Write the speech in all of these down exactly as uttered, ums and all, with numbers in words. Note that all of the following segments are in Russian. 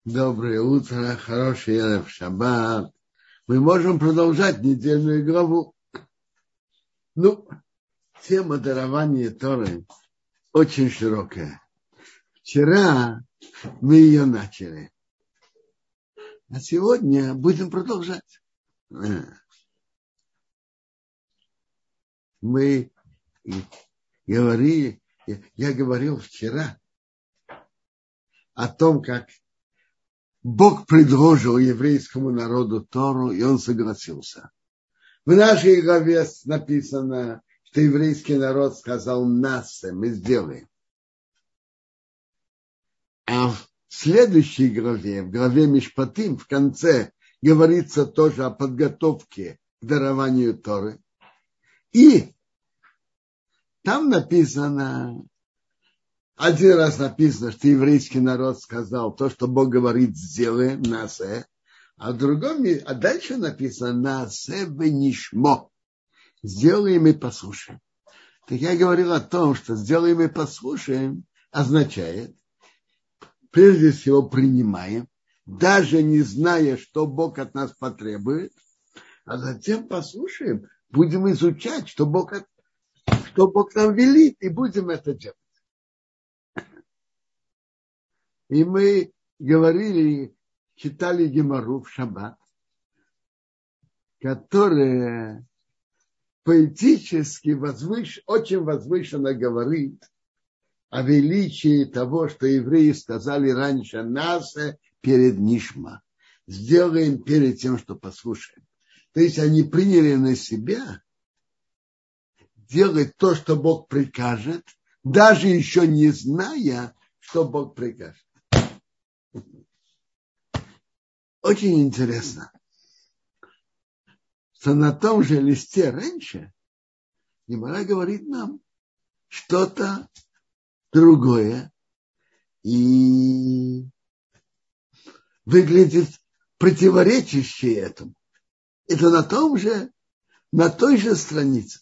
Доброе утро, хороший эрев шаббат. Мы можем продолжать недельную главу. Ну, тема дарования Торы очень широкая. Вчера мы ее начали, а сегодня будем продолжать. Мы говорили, я говорил вчера о том, как Бог предложил еврейскому народу Тору, и он согласился. В нашей главе написано, что еврейский народ сказал «Насе, мы сделаем». А в следующей главе, в главе Мишпатим, в конце говорится тоже о подготовке к дарованию Торы. И там написано, один раз написано, что еврейский народ сказал то, что Бог говорит «сделаем», «Насе». А в другом, а дальше написано «Насе бенишмо». Сделаем и послушаем. Так я говорил о том, что сделаем и послушаем означает, прежде всего принимаем, даже не зная, что Бог от нас потребует, а затем послушаем, будем изучать, что Бог, от, что Бог нам велит, и будем это делать. И мы говорили, читали Гемару в шаббат, которая поэтически возвыш... очень возвышенно говорит о величии того, что евреи сказали раньше «Насе» перед Нишма. Сделаем перед тем, что послушаем. То есть они приняли на себя делать то, что Бог прикажет, даже еще не зная, что Бог прикажет. Очень интересно, что на том же листе раньше Гемара говорит нам что-то другое и выглядит противоречащее этому. Это на том же, на той же странице.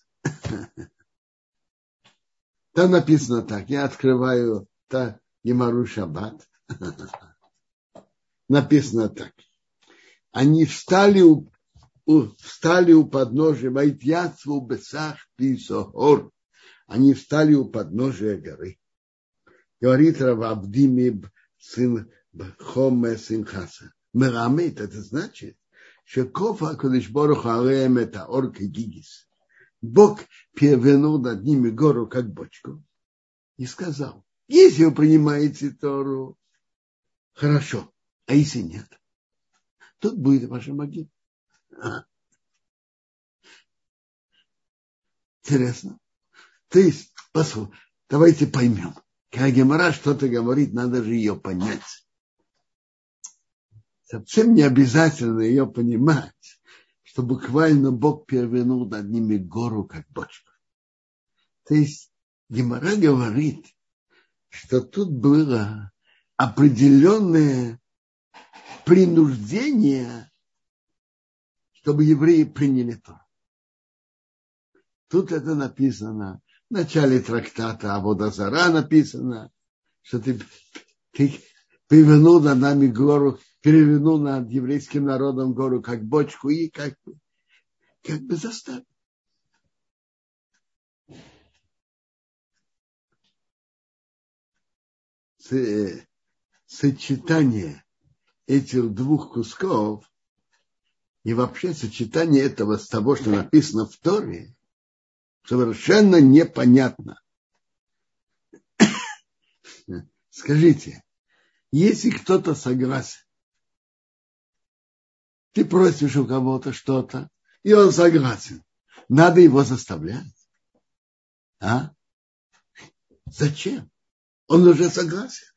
Там написано так, я открываю та Гемару Шаббат. Написано так. Они встали у, у, встали у подножия Вайтьяцву Бесах Писохор. Они встали у подножия горы. Говорит Рав Авдими, сын Хоме, сын Хаса. Мерамит, это значит, что Кофа Кодеш Борух Алеем это орка гигис. Бог перевернул над ними гору, как бочку, и сказал, если вы принимаете Тору, хорошо, а если нет, тут будет ваша могила. А. Интересно. То есть, послушай, давайте поймем. Когда Гемара что-то говорит, надо же ее понять. Совсем не обязательно ее понимать, что буквально Бог перевернул над ними гору, как бочку. То есть Гемара говорит, что тут было определенное принуждение, чтобы евреи приняли Тору. Тут это написано. В начале трактата Авода Зара написано, что ты, ты перевернул над нами гору, перевернул над еврейским народом гору как бочку и как бы, как бы заставил. Сочетание этих двух кусков и вообще сочетание этого с того, что написано в Торе, совершенно непонятно. Скажите, если кто-то согласен, ты просишь у кого-то что-то, и он согласен, надо его заставлять? А? Зачем? Он уже согласен.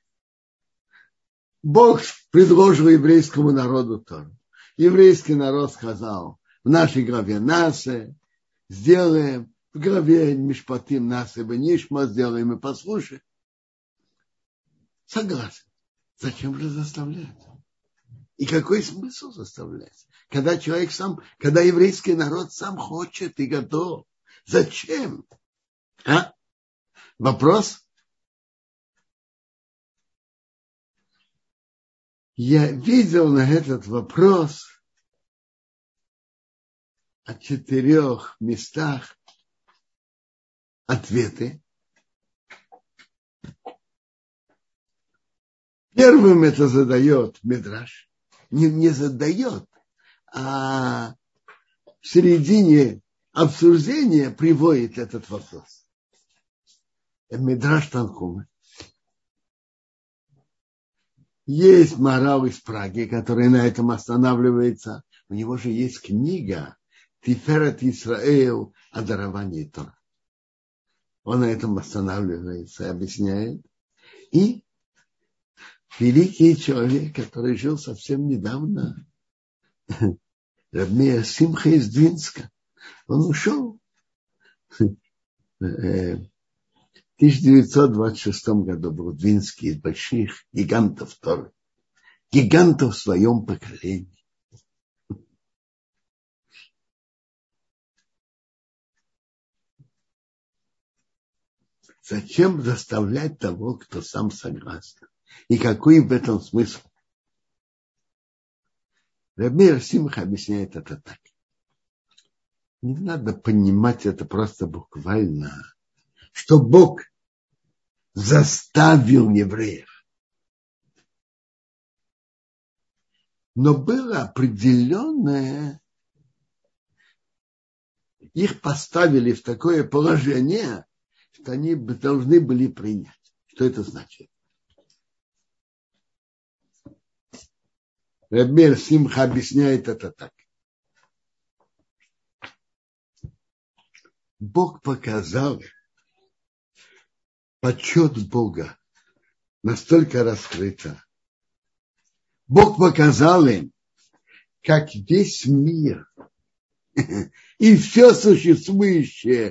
Бог предложил еврейскому народу Тору. Еврейский народ сказал, в нашей главе Насе сделаем, в главе Мишпатим Насе Бенишма сделаем и послушаем. Согласен. Зачем же заставлять? И какой смысл заставлять? Когда человек сам, когда еврейский народ сам хочет и готов. Зачем? А? Вопрос? Я видел на этот вопрос о четырех местах ответы. Первым это задает Мидраш. Не, не задает, а в середине обсуждения приводит этот вопрос. Мидраш Танхума. Есть Марал из Праги, который на этом останавливается. У него же есть книга Тиферет Исраэл о даровании Тора. Он на этом останавливается и объясняет. И великий человек, который жил совсем недавно, Рав Меир Симха из Двинска, он ушел в тысяча девятьсот двадцать шестом году, был Двинский из больших гигантов Торы, гигантов в своем поколении. Зачем заставлять того, кто сам согласен? И какой в этом смысл? Рав Меир Симха объясняет это так. Не надо понимать это просто буквально, что Бог заставил евреев. Но было определенное, их поставили в такое положение, что они должны были принять. Что это значит? Рав Меир Симха объясняет это так. Бог показал почет Бога настолько раскрыто. Бог показал им, как весь мир и все существующее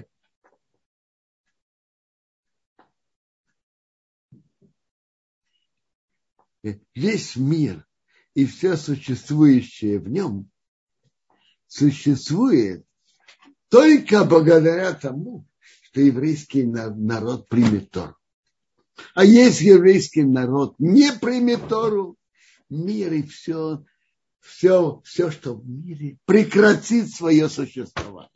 весь мир и все существующее в нем существует только благодаря тому, что еврейский народ примет Тору. А если еврейский народ не примет Тору, мир и все, все, все, что в мире, прекратит свое существование.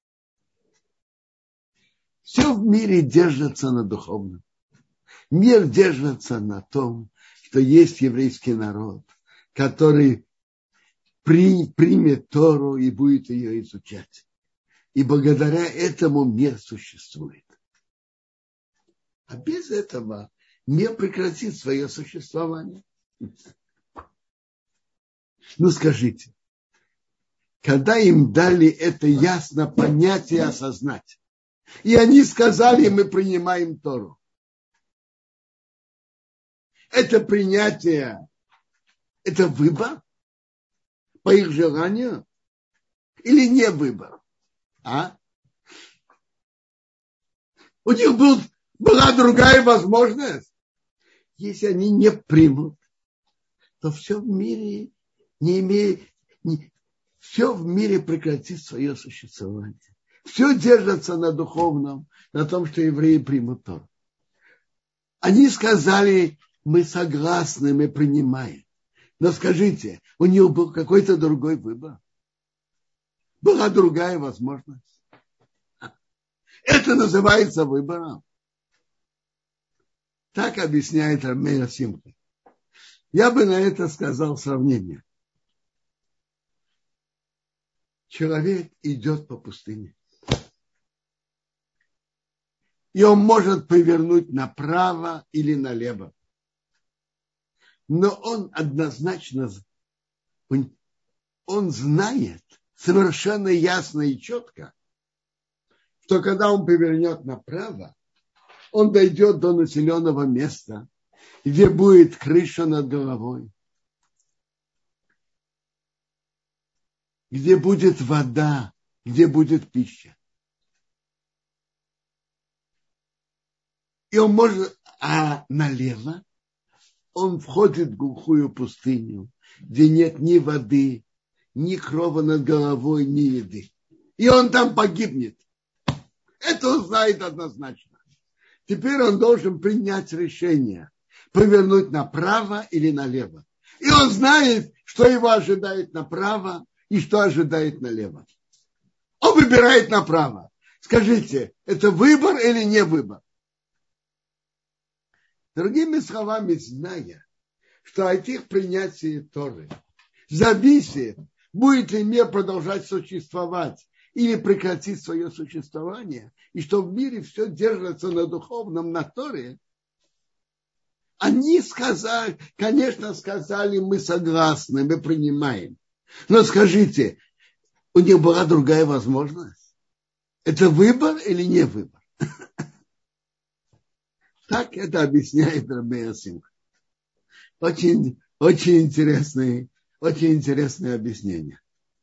Все в мире держится на духовном. Мир держится на том, что есть еврейский народ, который при, примет Тору и будет ее изучать. И благодаря этому мир существует. А без этого мир прекратит свое существование. Ну скажите, когда им дали это ясно понять и осознать, и они сказали, мы принимаем Тору, это принятие, это выбор по их желанию или не выбор? А? У них был, была другая возможность. Если они не примут, то все в мире не имеет, не, все в мире прекратит свое существование. Все держится на духовном, на том, что евреи примут Тору. Они сказали, мы согласны, мы принимаем. Но скажите, у них был какой-то другой выбор? Была другая возможность. Это называется выбором. Так объясняет Рав Меир Симха. Я бы на это сказал сравнение. Человек идет по пустыне. И он может повернуть направо или налево. Но он однозначно, он знает совершенно ясно и четко, что когда он повернет направо, он дойдет до населенного места, где будет крыша над головой, где будет вода, где будет пища. И он может, а налево он входит в глухую пустыню, где нет ни воды, ни крова над головой, ни еды. И он там погибнет. Это он знает однозначно. Теперь он должен принять решение, повернуть направо или налево. И он знает, что его ожидает направо и что ожидает налево. Он выбирает направо. Скажите, это выбор или не выбор? Другими словами, зная, что от их принятия Торы зависит, будет ли мир продолжать существовать или прекратить свое существование, и что в мире все держится на духовном, на Торе, они сказали, конечно, сказали, мы согласны, мы принимаем. Но скажите, у них была другая возможность? Это выбор или не выбор? Так это объясняет Рабби Симха. Очень, очень интересное, очень интересное объяснение.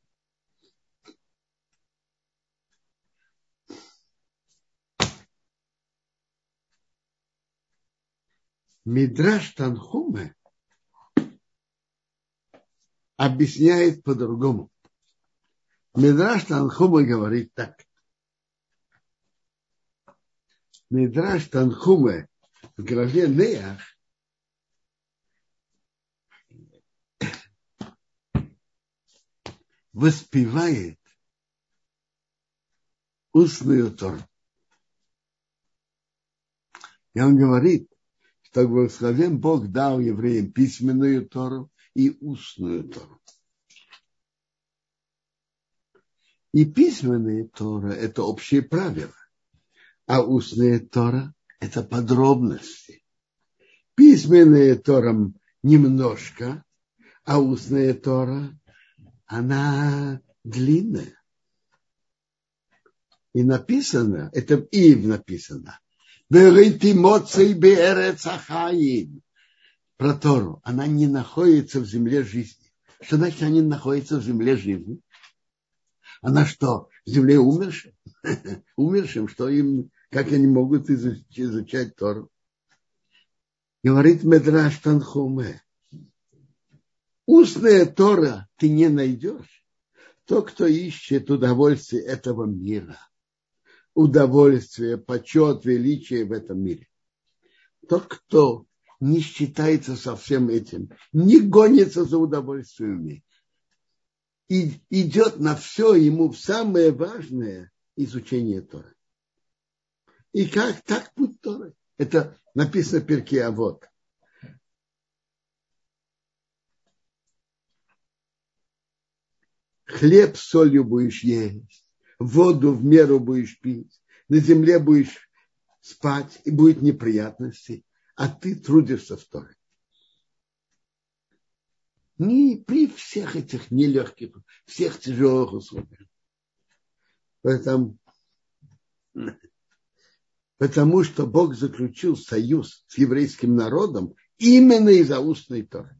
Мидраш Танхуме объясняет по-другому. Мидраш Танхуме говорит так. Мидраш Танхуме в главе Неах воспевает устную Тору. И он говорит, что благословен Бог дал евреям письменную Тору и устную Тору. И письменная Тора – это общие правила, а устная Тора – это подробности. Письменная Тора немножко, а устная Тора, она длинная. И написано, это Ив написано, про Тору, она не находится в земле жизни. Что значит, она не находится в земле жизни? Она что, в земле умершим? Умершим, что им, как они могут изучать, изучать Тору? Говорит Мидраш Танхуме. Устная Тора ты не найдешь. Тот, кто ищет удовольствие этого мира, удовольствие, почет, величие в этом мире. Тот, кто не считается со всем этим, не гонится за удовольствиями, и идет на все, ему самое важное изучение Торы. И как так путь Торы? Это написано в Перке Авот. Хлеб с солью будешь есть, воду в меру будешь пить, на земле будешь спать, и будет неприятности, а ты трудишься в Торе. Не при всех этих нелегких, всех тяжелых условиях. Поэтому, потому что Бог заключил союз с еврейским народом именно из-за устной Торы.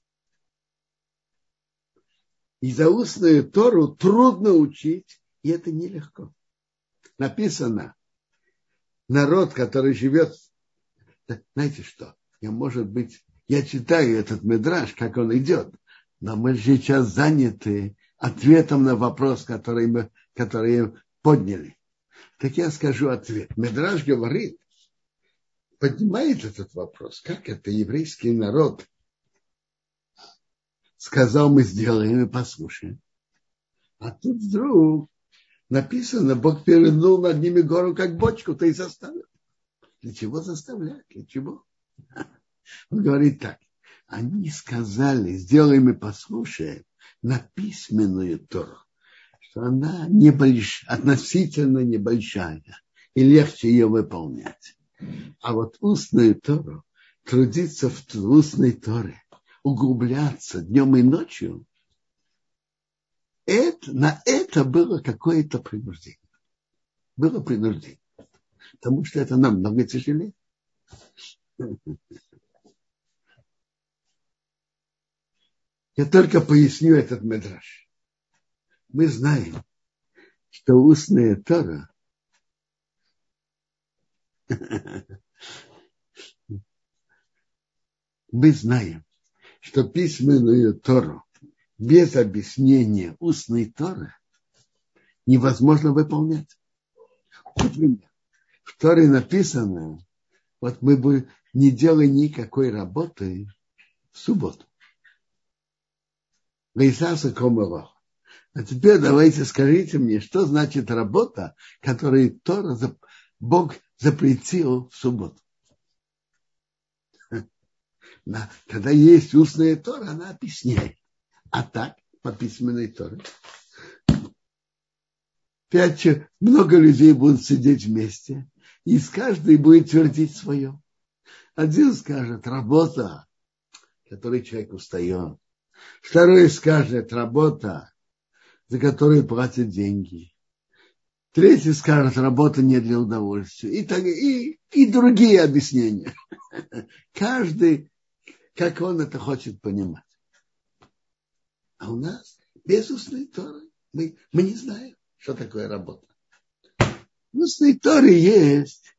И-за устную Тору трудно учить, и это нелегко. Написано, народ, который живет... Знаете что? Я, может быть, я читаю этот мидраш, как он идет, но мы сейчас заняты ответом на вопрос, который мы который подняли. Так я скажу ответ. Мидраш говорит, поднимает этот вопрос, как это еврейский народ сказал, мы сделаем и послушаем. А тут вдруг написано, Бог перевернул над ними гору, как бочку, то и заставил. Для чего заставлять? Для чего? Он говорит так. Они сказали, сделаем и послушаем на письменную Тору, что она небольш... относительно небольшая, и легче ее выполнять. А вот устную Тору, трудиться в устной Торе, углубляться днем и ночью, это, на это было какое-то принуждение. Было принуждение. Потому что это намного тяжелее. Я только поясню этот мидраш. Мы знаем, что устная Тора мы знаем, что письменную Тору без объяснения устной Торы невозможно выполнять. Например, в Торе написано, вот мы бы не делали никакой работы в субботу. Лейсаса комело. А теперь давайте скажите мне, что значит работа, которую Тора, Бог запретил в субботу. Когда есть устная Тора, она объясняет. А так, по письменной Торе. Пять, много людей будут сидеть вместе, и каждый будет твердить свое. Один скажет, работа, которой человек устает. Второй скажет, работа, за которую платят деньги. Третий скажет, работа не для удовольствия. И, так, и, и другие объяснения. Каждый, как он это хочет понимать. А у нас без устной Торы мы, мы не знаем, что такое работа. В устной Торе есть,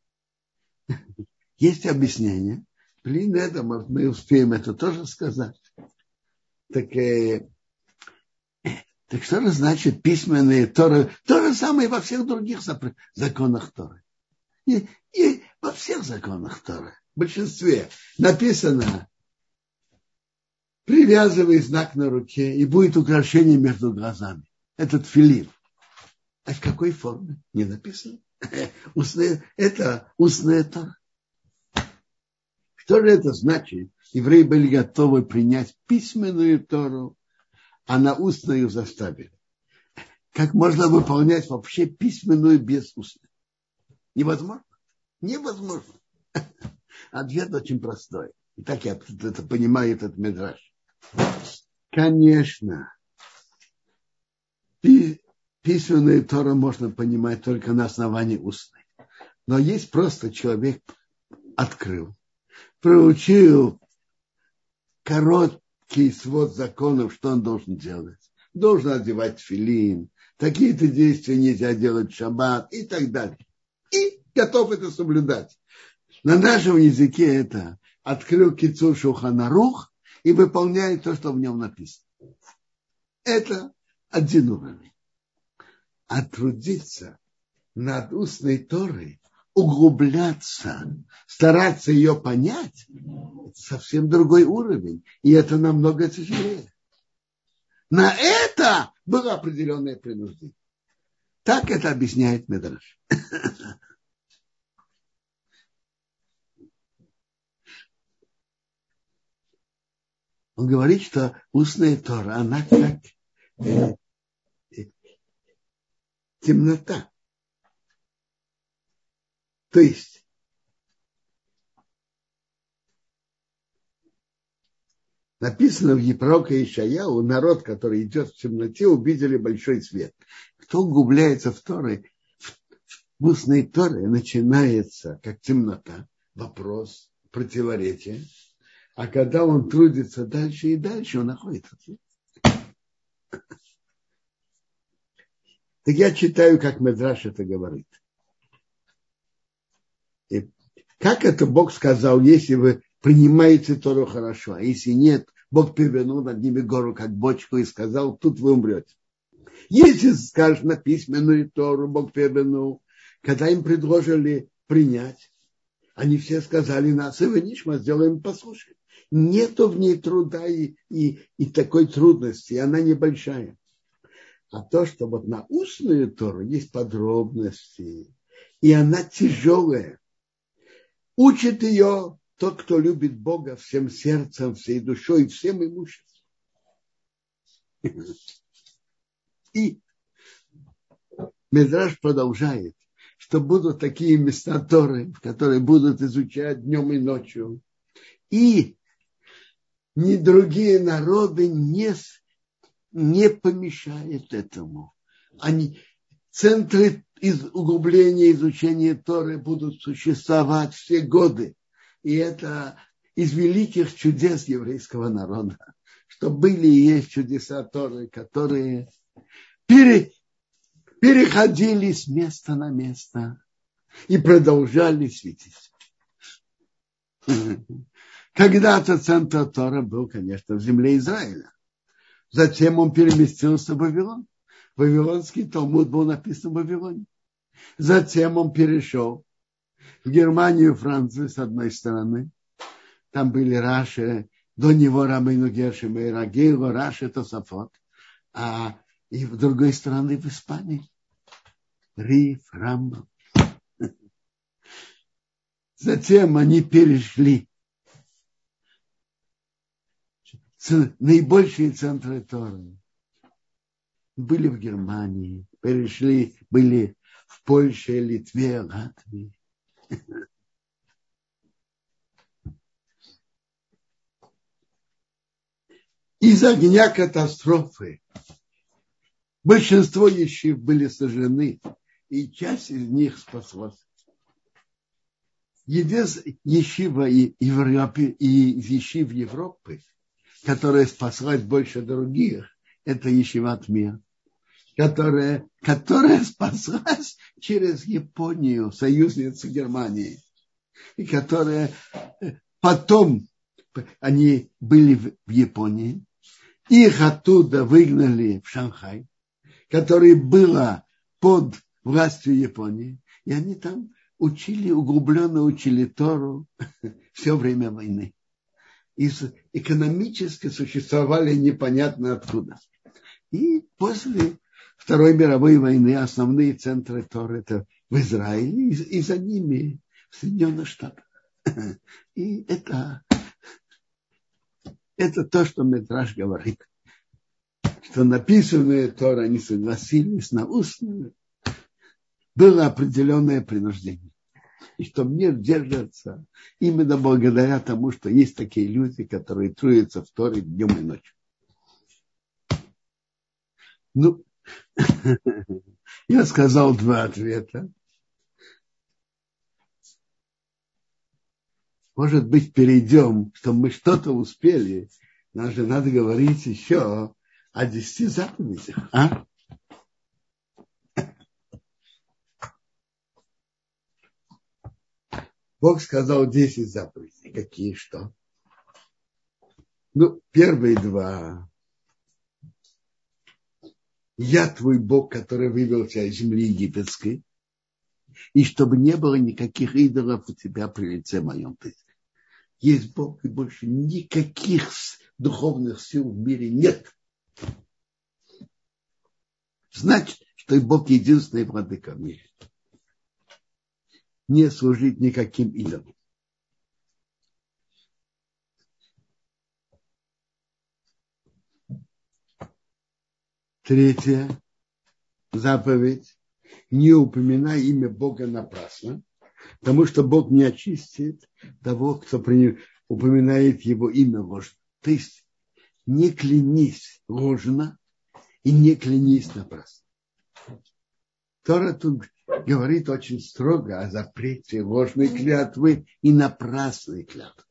есть объяснение. Блин, это мы успеем это тоже сказать. Так, э, так что же значит письменные Торы? То же самое во всех других законах Торы. И, и во всех законах Торы, в большинстве написано: привязывай знак на руке, и будет украшение между глазами. Этот филин. А в какой форме? Не написано. Устная, это устная Тора. Что же это значит? Евреи были готовы принять письменную Тору, а на устную заставили. Как можно выполнять вообще письменную без устной? Невозможно. Невозможно. Ответ очень простой. И так я это понимаю, этот мидраш. Конечно, письменную Тору можно понимать только на основании устной. Но есть просто человек открыл, проучил короткий свод законов, что он должен делать. Должен одевать тфилин, такие-то действия нельзя делать в шаббат и так далее. И готов это соблюдать. На нашем языке это открыл кицур Шулхан Арух и выполняет то, что в нем написано. Это один уровень. А трудиться над устной Торой, углубляться, стараться ее понять, это совсем другой уровень. И это намного тяжелее. На это было определенное принуждение. Так это объясняет Мидраш. Он говорит, что устная Тора, она как э, э, темнота. То есть написано в пророке Ишаяу, народ, который идет в темноте, увидели большой свет. Кто углубляется в Торы, в устной Торе начинается как темнота, вопрос, противоречие. А когда он трудится дальше и дальше, он находит ответ. Так я читаю, как Мидраш это говорит. И как это Бог сказал, если вы принимаете Тору хорошо, а если нет, Бог перевернул над ними гору, как бочку, и сказал, тут вы умрете. Если скажешь на письменную Тору, Бог перевернул, когда им предложили принять, они все сказали, нас и вынишма, сделаем послушать. Нету в ней труда и, и, и такой трудности, она небольшая. А то, что вот на устную Тору есть подробности, и она тяжелая. Учит ее тот, кто любит Бога всем сердцем, всей душой, всем имуществом. И Мидраш продолжает, что будут такие места Торы, которые будут изучать днем и ночью. И ни другие народы не, не помешают этому. Они, центры из углубления изучения Торы будут существовать все годы. И это из великих чудес еврейского народа, что были и есть чудеса Торы, которые пере, переходили с места на место и продолжали светить. Когда-то центр Тора был, конечно, в земле Израиля. Затем он переместился в Вавилон. Вавилонский Талмуд был написан в Вавилоне. Затем он перешел в Германию и Францию с одной стороны. Там были Раши, до него Рабейну Гершем и Рагейло, Раши, Тосафот, а и в другой стороны в Испании Риф, Рамбам. Затем они перешли наибольшие центры Торы. Были в Германии, перешли, были в Польше, Литве, Латвии. Из-за огня катастрофы большинство ешив были сожжены, и часть из них спаслась. Единственная ешива и Европе, и ешив Европы, которая спаслась больше других, это ешиват Мир, которая, которая спаслась через Японию, союзницу Германии, и которая потом они были в Японии, их оттуда выгнали в Шанхай, который была под властью Японии, и они там учили, углубленно учили Тору все время войны. И экономически существовали непонятно откуда. И после Второй мировой войны основные центры Торы это в Израиле, и, и за ними в Соединенных Штатах. И это, это то, что Мидраш говорит, что написанные Тора они согласились на устную, было определенное принуждение. И что мир держится именно благодаря тому, что есть такие люди, которые трудятся в Торе днем и ночью. Ну, я сказал два ответа. Может быть, перейдем, чтобы мы что-то успели. Нам же надо говорить еще о десяти заповедях. А? Бог сказал десять заповедей. Какие что? Ну, первые два. Я твой Бог, который вывел тебя из земли египетской, и чтобы не было никаких идолов у тебя при лице моем. Есть Бог, и больше никаких духовных сил в мире нет. Значит, что и Бог единственный владыка в мире. Не служить никаким идолам. Третья заповедь. Не упоминай имя Бога напрасно, потому что Бог не очистит того, кто упоминает его имя ложно. То есть не клянись ложно и не клянись напрасно. Тора тут говорит очень строго о запрете ложной клятвы и напрасной клятвы.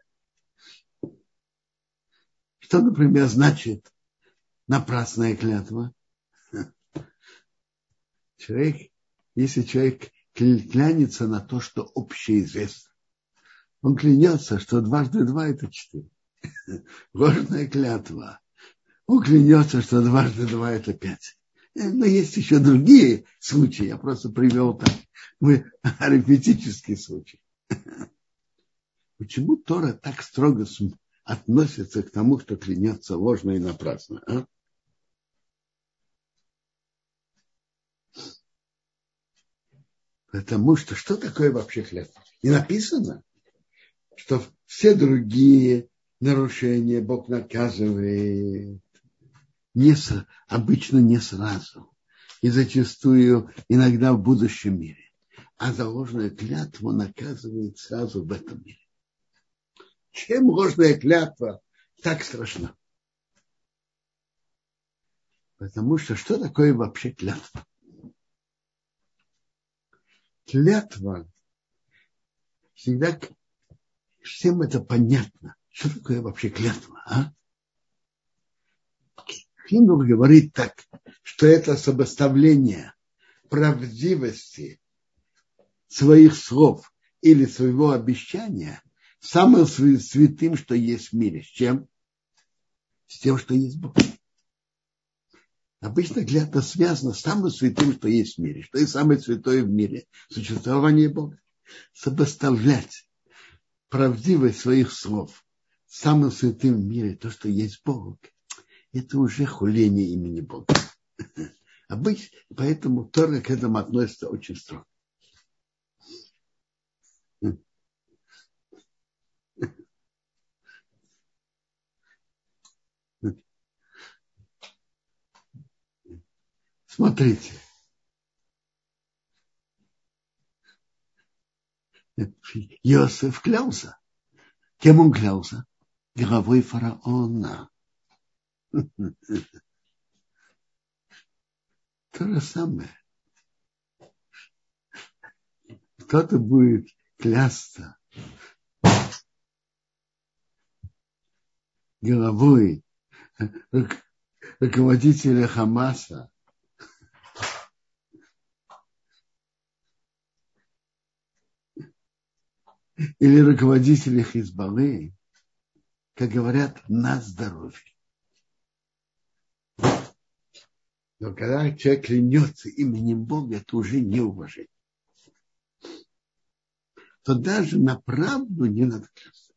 Что, например, значит напрасная клятва? Человек, если человек клянется на то, что общеизвестно, он клянется, что дважды два – это четыре. Ложная клятва. Он клянется, что дважды два – это пять. Но есть еще другие случаи. Я просто привел так. Мы арифметический случай. Почему Тора так строго относится к тому, кто клянется ложно и напрасно? А? Потому что что такое вообще клятва? И написано, что все другие нарушения Бог наказывает не, обычно не сразу. И зачастую иногда в будущем мире. А за ложную клятву наказывает сразу в этом мире. Чем ложная клятва так страшна? Потому что что такое вообще клятва? Клятва, всегда всем это понятно. Что такое вообще клятва? А? Хинух говорит так, что это сопоставление правдивости своих слов или своего обещания самым святым, что есть в мире. С чем? С тем, что есть Бог. Обычно клятва связана с самым святым, что есть в мире. Что есть самое святое в мире? Существование Бога. Сопоставлять правдивость своих слов самым святым в мире, то, что есть Бог, это уже хуление имени Бога. Обычно, поэтому Тора к этому относится очень строго. Смотрите. Иосиф клялся. Кем он клялся? Главой фараона. То же самое. Кто-то будет клясться головой руководителя Хамаса или руководителя Хизбаллы, как говорят, на здоровье. Но когда человек клянется именем Бога, это уже неуважение. То даже на правду не надо клясться.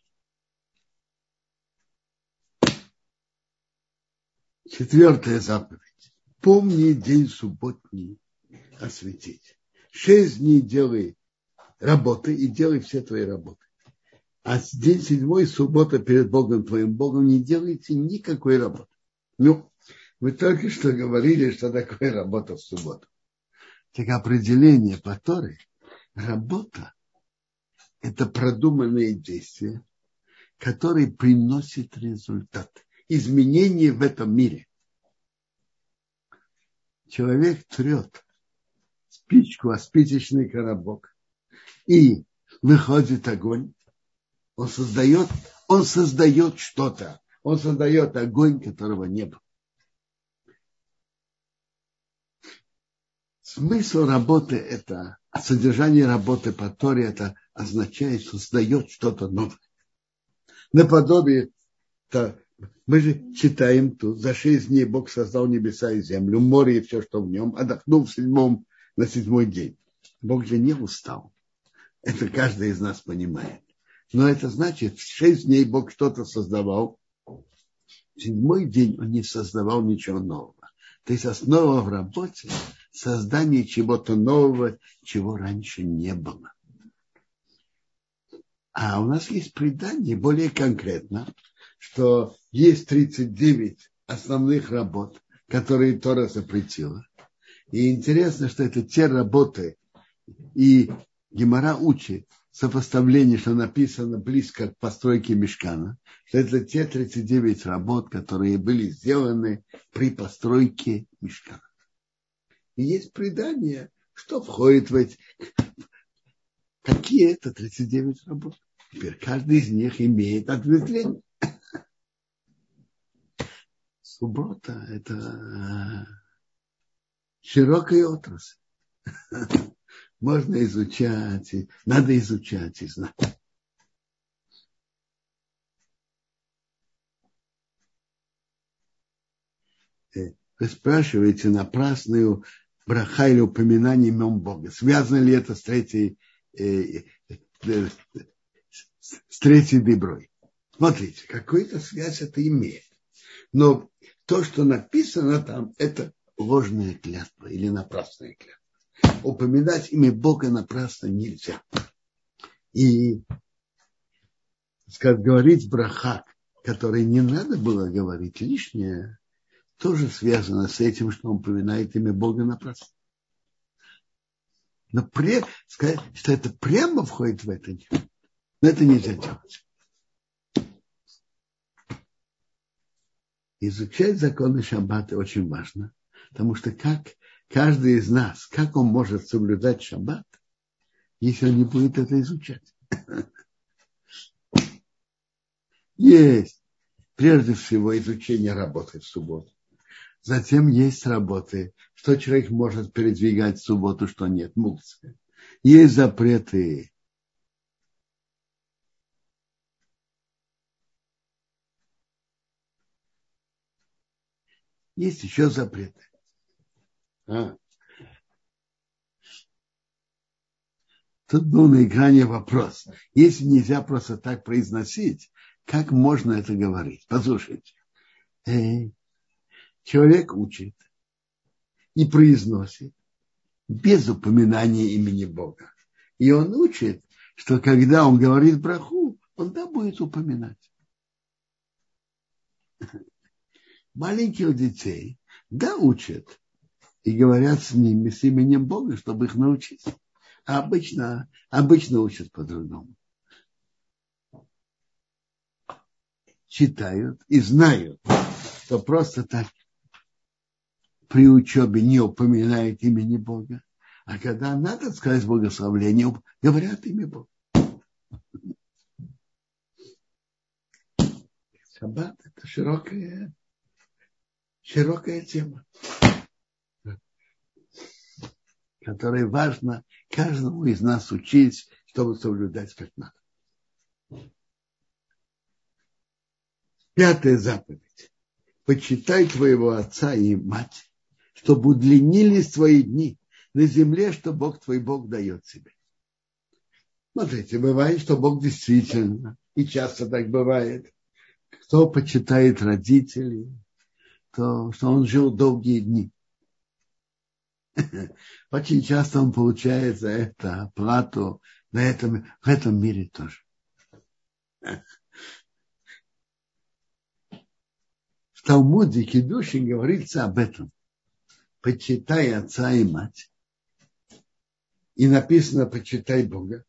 Четвертая заповедь. Помни день субботний осветить. Шесть дней делай работы и делай все твои работы. А день седьмой, суббота перед Богом твоим Богом, не делайте никакой работы. Ну, мы только что говорили, что такое работа в субботу. Так определение по Торе, работа – это продуманные действия, которые приносят результат, изменения в этом мире. Человек трет спичку о спичечный коробок, и выходит огонь. Он создает, он создает что-то. Он создает огонь, которого не было. Смысл работы это, а содержание работы по Торе это означает, что создает что-то новое. Наподобие, то, мы же читаем тут, за шесть дней Бог создал небеса и землю, море и все, что в нем, отдохнул в седьмом, на седьмой день. Бог же не устал. Это каждый из нас понимает. Но это значит, в шесть дней Бог что-то создавал. В седьмой день он не создавал ничего нового. То есть основа в работе – создание чего-то нового, чего раньше не было. А у нас есть предание более конкретно, что есть тридцать девять основных работ, которые Тора запретила. И интересно, что это те работы, и Гемара учит сопоставление, что написано близко к постройке мишкана, что это те тридцать девять работ, которые были сделаны при постройке мишкана. И есть предание, что входит в эти... Какие это тридцать девять работ? Теперь каждый из них имеет ответвление. Суббота – это широкая отрасль. Можно изучать, надо изучать и знать. Вы спрашиваете напрасную браха или упоминание имен Бога. Связано ли это с третьей, э, э, с третьей деброй? Смотрите, какую-то связь это имеет. Но то, что написано там, это ложная клятва или напрасная клятва. Упоминать имя Бога напрасно нельзя. И сказать, говорить браха, который не надо было говорить лишнее, тоже связано с этим, что он упоминает имя Бога напрасно. Но при, сказать, что это прямо входит в это, но это нельзя делать. Изучать законы шаббата очень важно, потому что как каждый из нас, как он может соблюдать шаббат, если он не будет это изучать? Есть, прежде всего, изучение работы в субботу. Затем есть работы, что человек может передвигать в субботу, что нет, мукция. Есть запреты. Есть еще запреты. А. Тут был на экране вопрос. Если нельзя просто так произносить, как можно это говорить? Послушайте. Человек учит и произносит без упоминания имени Бога. И он учит, что когда он говорит браху, он да будет упоминать. Маленьких детей да учат и говорят с ними с именем Бога, чтобы их научить. А обычно, обычно учат по-другому. Читают и знают, что просто так при учебе не упоминают имени Бога. А когда надо сказать благословление, говорят имя Бога. Шаббат – это широкая, широкая тема, которой важно каждому из нас учить, чтобы соблюдать как надо. Пятая заповедь. Почитай твоего отца и мать, чтобы удлинились твои дни на земле, что Бог твой Бог дает тебе. Смотрите, бывает, что Бог действительно, и часто так бывает, кто почитает родителей, то что он жил долгие дни. Очень часто он получает за это плату на этом, в этом мире тоже. В Талмуде Кидушин говорится об этом. Почитай отца и мать. И написано почитай Бога.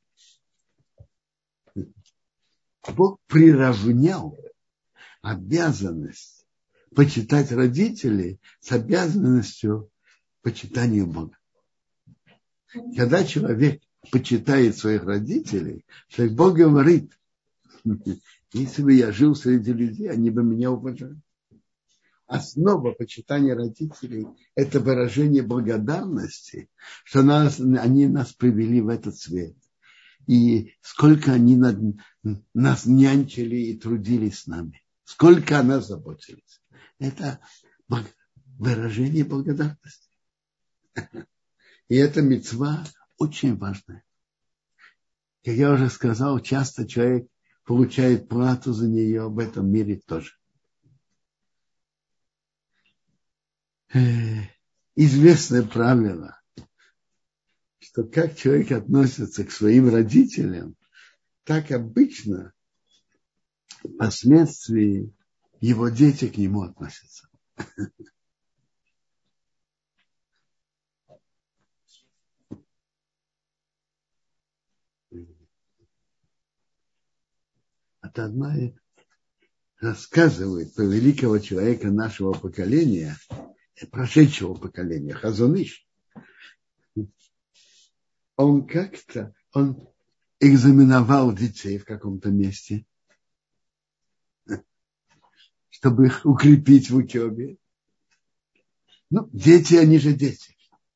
Бог приравнял обязанность почитать родителей с обязанностью почитания Бога. Когда человек почитает своих родителей, то Бог говорит, если бы я жил среди людей, они бы меня уважали. Основа почитания родителей – это выражение благодарности, что нас, они нас привели в этот свет. И сколько они над, нас нянчили и трудились с нами. Сколько о нас заботились. Это выражение благодарности. И эта мицва очень важная. Как я уже сказал, часто человек получает плату за нее в этом мире тоже. Известное правило, что как человек относится к своим родителям, так обычно впоследствии его дети к нему относятся. От одной рассказывает про великого человека нашего поколения, прошедшего поколения, Хазон Иш. Он как-то, он экзаменовал детей в каком-то месте, чтобы их укрепить в учебе. Ну, дети, они же дети.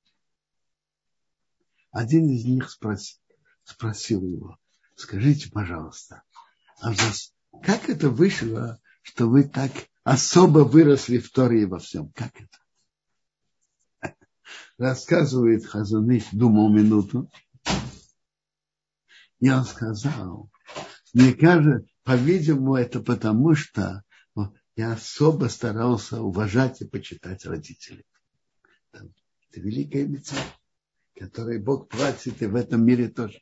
Один из них спросил, спросил его, скажите, пожалуйста, а как это вышло, что вы так особо выросли в Торе и во всем? Как это? Рассказывает Хазон Иш, думал минуту. И он сказал, мне кажется, по-видимому, это потому, что я особо старался уважать и почитать родителей. Это великая мицва, которой Бог платит и в этом мире тоже.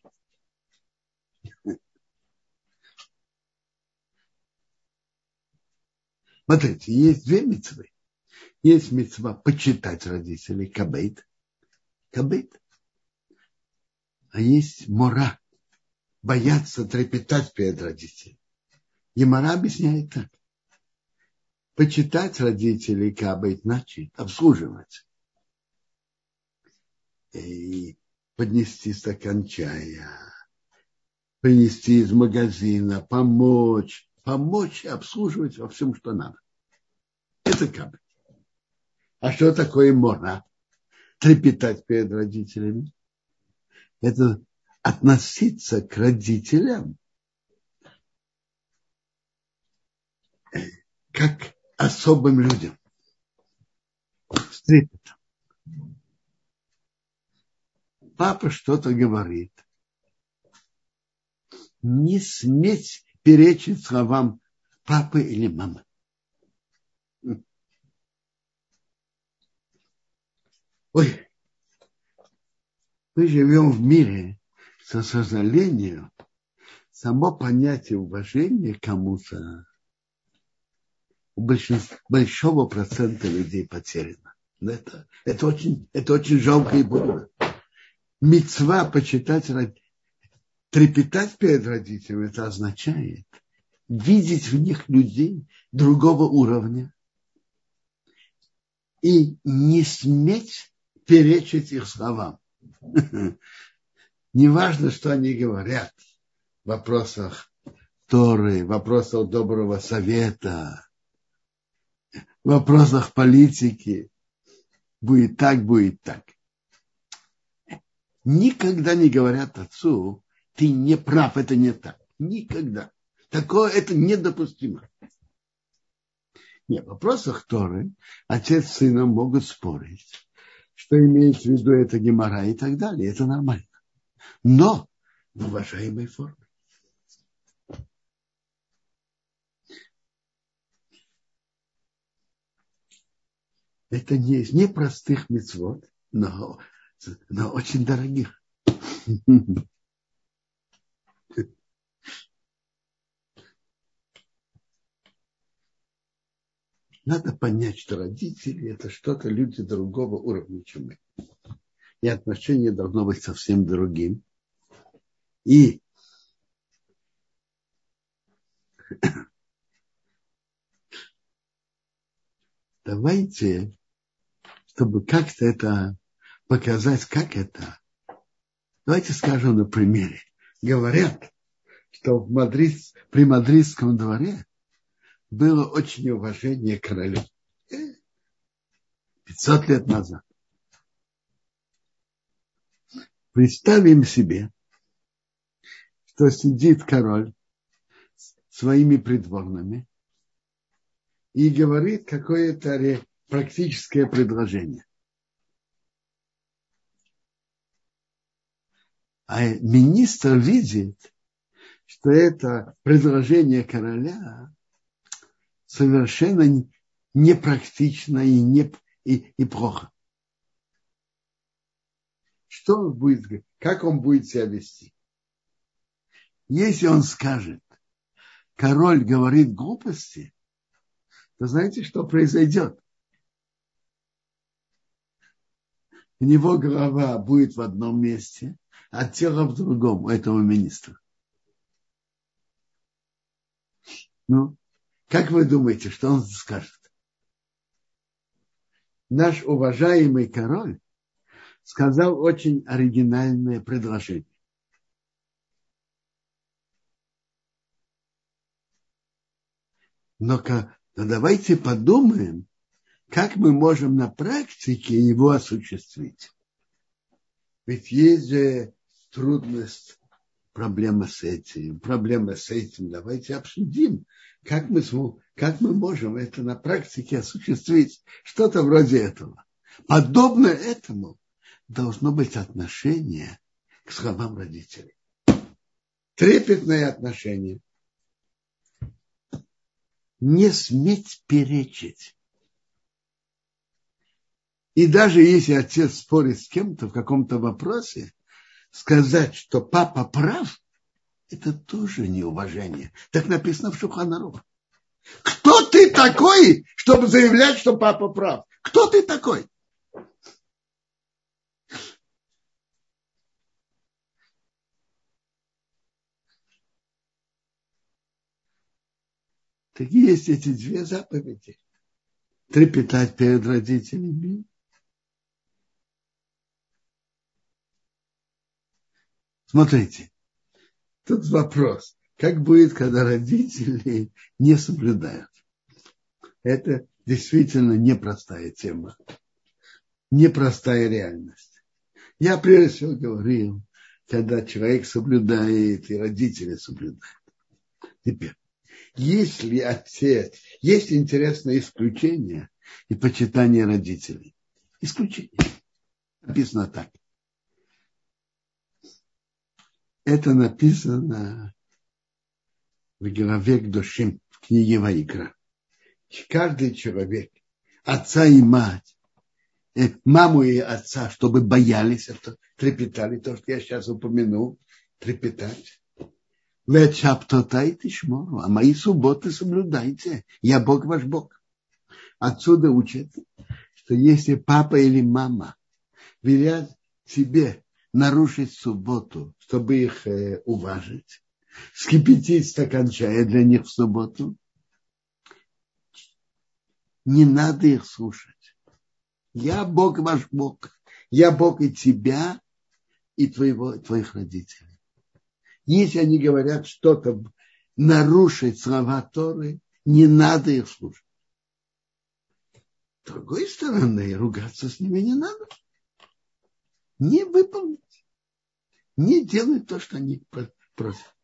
Смотрите, есть две мицвы. Есть мицва почитать родителей, кабейт. Кабейт. А есть мора. Бояться трепетать перед родителями. И мора объясняет так. Почитать родителей кабейт значит обслуживать. И поднести стакан чая. Принести из магазина, помочь. Помочь и обслуживать во всем, что надо. Это кабейт. А что такое мора? Трепетать перед родителями. Это относиться к родителям как к особым людям. С трепетом. Папа что-то говорит. Не сметь перечить словам папы или мамы. Ой, мы живем в мире, к сожалению, само понятие уважения кому-то у большинства, большого процента людей потеряно. Это, это, очень, это очень жалко и больно. Мицва почитать, трепетать перед родителями, это означает видеть в них людей другого уровня и не сметь перечить их словам. Неважно, что они говорят в вопросах Торы, в вопросах доброго совета, в вопросах политики. Будет так, будет так. Никогда не говорят отцу, ты не прав, это не так. Никогда. Такое это недопустимо. Нет, в вопросах Торы отец с сыном могут спорить, что имеет в виду это гемара и так далее. Это нормально. Но в уважаемой форме. Это не из непростых мицвот, но, но очень дорогих. Надо понять, что родители – это что-то, люди другого уровня, чем мы. И отношение должно быть совсем другим. И давайте, чтобы как-то это показать, как это, давайте скажем на примере. Говорят, что в Мадрид, при Мадридском дворе было очень уважение к королю. пятьсот лет назад. Представим себе, что сидит король своими придворными и говорит какое-то практическое предложение. А министр видит, что это предложение короля совершенно непрактично и, не, и, и плохо. Что он будет, как он будет себя вести? Если он скажет, король говорит глупости, то знаете, что произойдет? У него голова будет в одном месте, а тело в другом у этого министра. Ну, как вы думаете, что он скажет? Наш уважаемый король сказал очень оригинальное предложение. Но, но давайте подумаем, как мы можем на практике его осуществить. Ведь есть же трудность, проблема с этим, проблема с этим. Давайте обсудим, как мы, как мы можем это на практике осуществить. Что-то вроде этого. Подобно этому должно быть отношение к словам родителей. Трепетное отношение. Не сметь перечить. И даже если отец спорит с кем-то в каком-то вопросе, сказать, что папа прав, это тоже неуважение. Так написано в Шулхан Арух. Кто ты такой, чтобы заявлять, что папа прав? Кто ты такой? Так есть эти две заповеди. Трепетать перед родителями. Смотрите, тут вопрос. Как будет, когда родители не соблюдают? Это действительно непростая тема. Непростая реальность. Я прежде всего говорил, когда человек соблюдает и родители соблюдают. Теперь, если отец, есть интересное исключение и почитание родителей. Исключение. Написано так. Это написано в главе Кдошим, в книге Ваикра. Каждый человек, отца и мать, маму и отца, чтобы боялись, трепетали, то, что я сейчас упомянул, трепетать. Вечаптотайте шмору, а мои субботы соблюдайте. Я Бог ваш Бог. Отсюда учат, что если папа или мама велят себе нарушить субботу, чтобы их э, уважить, вскипятить стакан чая для них в субботу, не надо их слушать. Я Бог ваш Бог. Я Бог и тебя, и твоего, твоих родителей. Если они говорят что-то, нарушить слова Торы, не надо их слушать. С другой стороны, ругаться с ними не надо. Не выполнить. Не делать то, что они просят.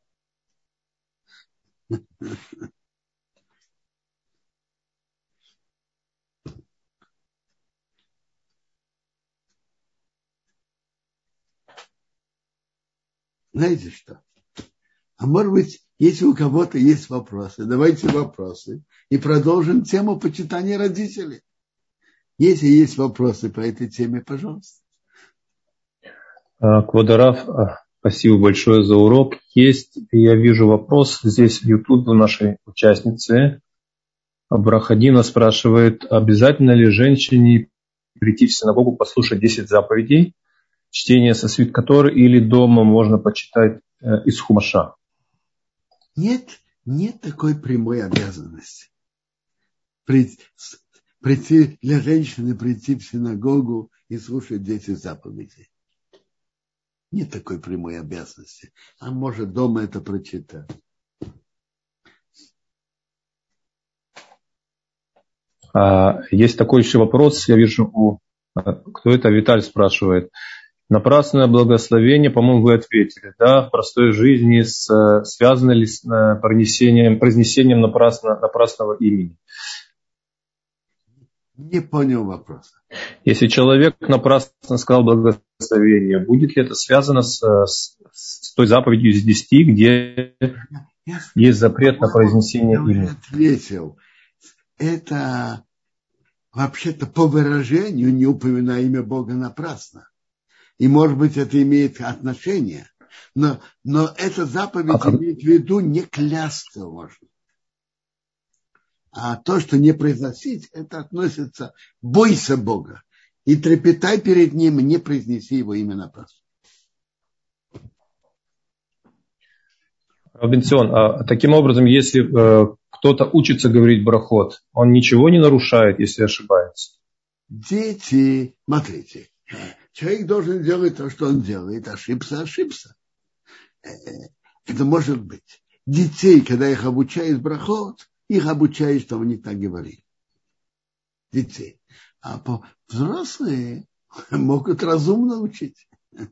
Знаете что? А может быть, если у кого-то есть вопросы, давайте вопросы и продолжим тему почитания родителей. Если есть вопросы по этой теме, пожалуйста. Квадарав, спасибо большое за урок. Есть, я вижу вопрос здесь в YouTube у нашей участницы. Брахадина спрашивает, обязательно ли женщине прийти в синагогу послушать десять заповедей, чтение со свитка Торы, или дома можно почитать из Хумаша? Нет, нет такой прямой обязанности. Прийти, для женщины прийти в синагогу и слушать десять заповедей. Нет такой прямой обязанности. А может дома это прочитать. А, есть такой еще вопрос, я вижу, у, кто это, Виталь спрашивает. Напрасное благословение, по-моему, вы ответили, да, в простой жизни с, связано ли с произнесением, произнесением напрасно, напрасного имени? Не понял вопроса. Если человек напрасно сказал благословение, будет ли это связано с, с, с той заповедью из десяти, где я, есть запрет на произнесение я имени? Я ответил. Это вообще-то по выражению не упоминая имя Бога напрасно. И, может быть, это имеет отношение. Но, но эта заповедь а имеет в виду не клясться можно. А то, что не произносить, это относится бойся Бога. И трепетай перед Ним, и не произнеси Его имя напрасно. Робинсон, а таким образом, если э, кто-то учится говорить брахот, он ничего не нарушает, если ошибается? Дети, смотрите, человек должен делать то, что он делает. Ошибся, ошибся. Это может быть. Детей, когда их обучают брахот, их обучают, что они так говорили. Детей. А по взрослые могут разумно учить.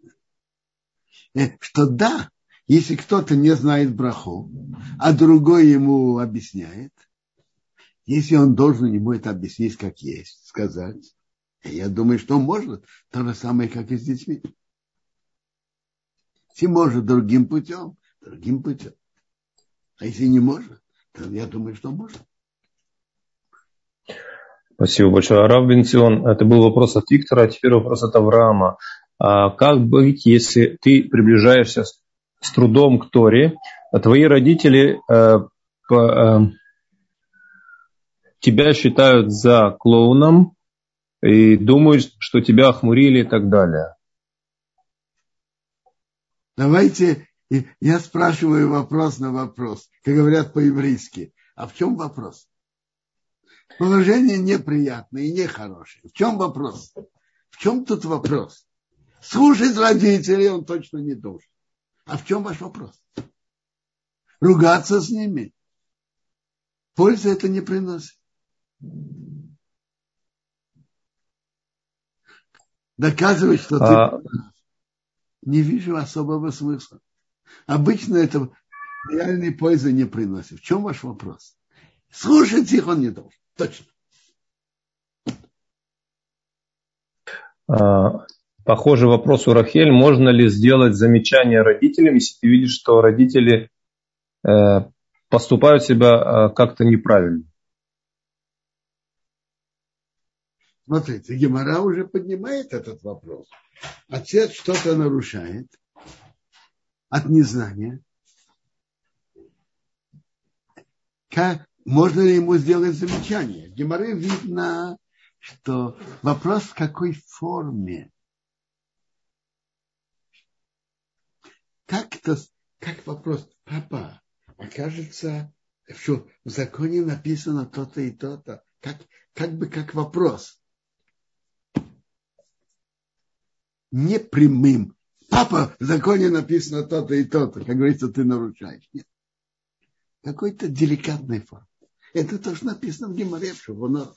Что да, если кто-то не знает браху, а другой ему объясняет, если он должен ему это объяснить как есть, сказать, я думаю, что он может то же самое, как и с детьми. Если может другим путем, другим путем. А если не может, то я думаю, что может. Спасибо большое. Рав Бенцион, это был вопрос от Виктора, а теперь вопрос от Авраама. А как быть, если ты приближаешься с, с трудом к Торе, а твои родители э, по, э, тебя считают за клоуном и думают, что тебя охмурили и так далее? Давайте, я спрашиваю вопрос на вопрос, как говорят по-еврейски. А в чем вопрос? Положение неприятное и нехорошее. В чем вопрос? В чем тут вопрос? Слушать родителей он точно не должен. А в чем ваш вопрос? Ругаться с ними? Пользы это не приносит. Доказывать, что а... ты... Не вижу особого смысла. Обычно это реальной пользы не приносит. В чем ваш вопрос? Слушать их он не должен. Точно. А, похожий вопрос у Рахель. Можно ли сделать замечание родителям, если ты видишь, что родители э, поступают себя как-то неправильно. Смотрите, Гемара уже поднимает этот вопрос. Отец что-то нарушает от незнания. Как, можно ли ему сделать замечание? В Гемаре видно, что вопрос в какой форме. Как это, как вопрос, папа, окажется, что в законе написано то-то и то-то, как, как бы как вопрос. Не прямым. Папа, в законе написано то-то и то-то, как говорится, ты нарушаешь. Нет. Какой-то деликатной формы. Это тоже написано в Гемаре, чтобы он...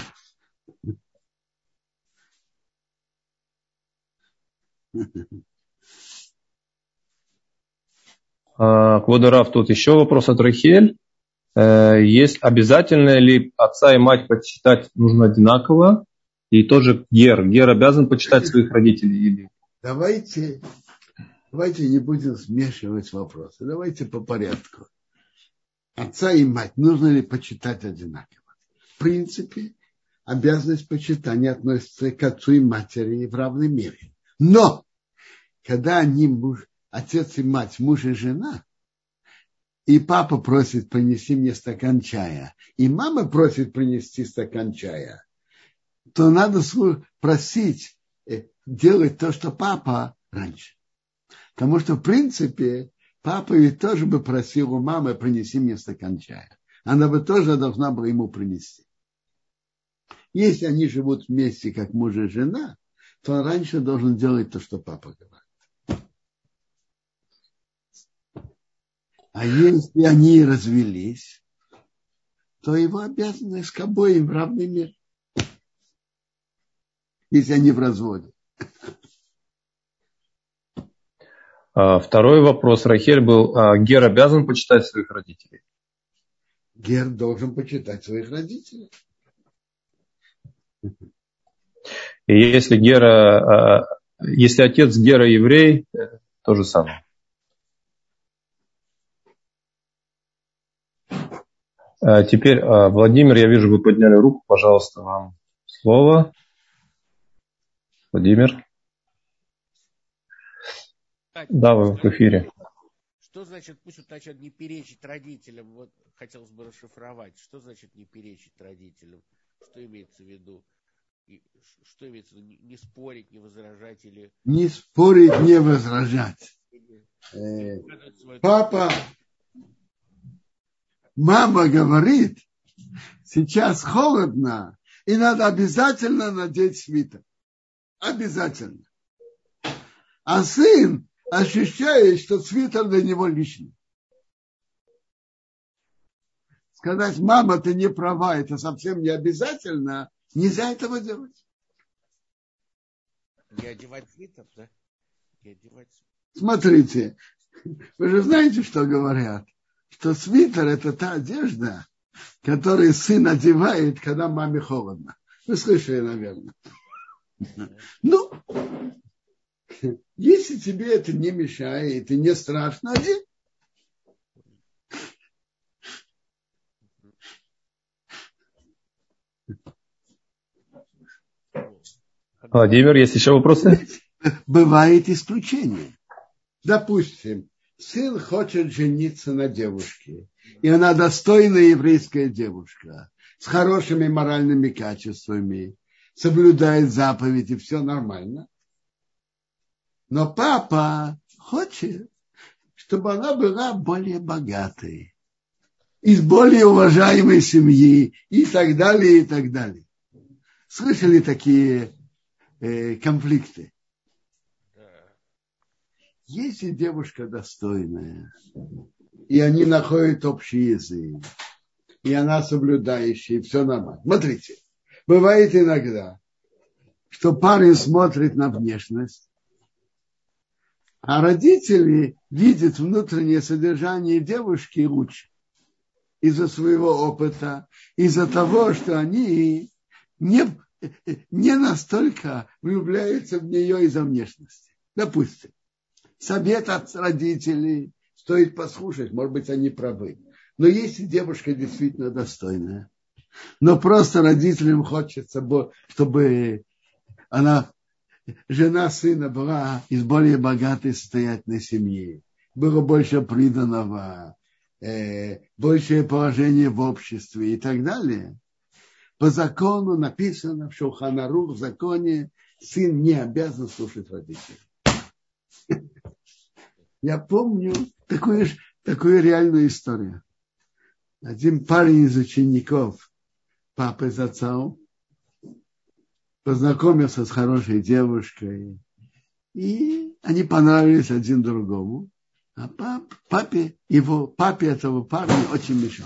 Квода тут еще вопрос от Рахель. Есть обязательно ли отца и мать почитать нужно одинаково? И тоже гер. Гер обязан почитать своих родителей или... Давайте, давайте не будем смешивать вопросы. Давайте по порядку. Отца и мать нужно ли почитать одинаково? В принципе, обязанность почитания относится к отцу и матери в равной мере. Но, когда они муж, отец и мать, муж и жена, и папа просит принести мне стакан чая, и мама просит принести стакан чая, то надо просить делать то, что папа раньше. Потому что, в принципе, папа ведь тоже бы просил у мамы: принеси мне стакан чая. Она бы тоже должна была ему принести. Если они живут вместе, как муж и жена, то он раньше должен делать то, что папа говорит. А если они развелись, то его обязанность к обоим в равной мере. Если они в разводе. Второй вопрос, Рахель, был: Гер обязан почитать своих родителей? Гер должен почитать своих родителей. И если Гера, если отец Гера еврей, то же самое. Теперь, Владимир, я вижу, вы подняли руку, пожалуйста, вам слово. Владимир. Да, вы в эфире. Что значит, пусть уточнят, не перечить родителям? Вот хотелось бы расшифровать. Что значит не перечить родителям? Что имеется в виду? И что имеется в виду? Не спорить, не возражать или... Не спорить, не возражать. Э, папа, мама говорит, сейчас холодно, и надо обязательно надеть свитер. Обязательно. А сын ощущает, что свитер для него лишний. Сказать: мама, ты не права, это совсем не обязательно, нельзя этого делать. Не одевать свитер, да? Не одевать свитер. Смотрите, вы же знаете, что говорят? Что свитер – это та одежда, которую сын одевает, когда маме холодно. Вы слышали, наверное. Ну, если тебе это не мешает и не страшно, одень. Владимир, есть еще вопросы? Бывает исключение. Допустим, сын хочет жениться на девушке, и она достойная еврейская девушка, с хорошими моральными качествами, соблюдает заповеди, все нормально. Но папа хочет, чтобы она была более богатой, из более уважаемой семьи, и так далее, и так далее. Слышали такие э, конфликты? Если девушка достойная, и они находят общий язык, и она соблюдающая, и все нормально. Смотрите, бывает иногда, что парень смотрит на внешность, а родители видят внутреннее содержание девушки лучше. Из-за своего опыта, из-за того, что они не, не настолько влюбляются в нее из-за внешности. Допустим, совет от родителей стоит послушать, может быть, они правы. Но если девушка действительно достойная, но просто родителям хочется, чтобы она, жена сына была из более богатой состоятельной семьи, было больше приданого, э, большее положение в обществе и так далее. По закону написано в Шулхан Арух, в законе, сын не обязан слушать родителей. Я помню такую, такую реальную историю. Один парень из учеников папы с отцом познакомился с хорошей девушкой, и они понравились один другому. А пап, папе, его, папе этого парня очень мешал.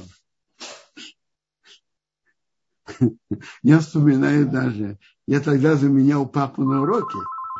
Я вспоминаю даже, я тогда заменял папу на уроке.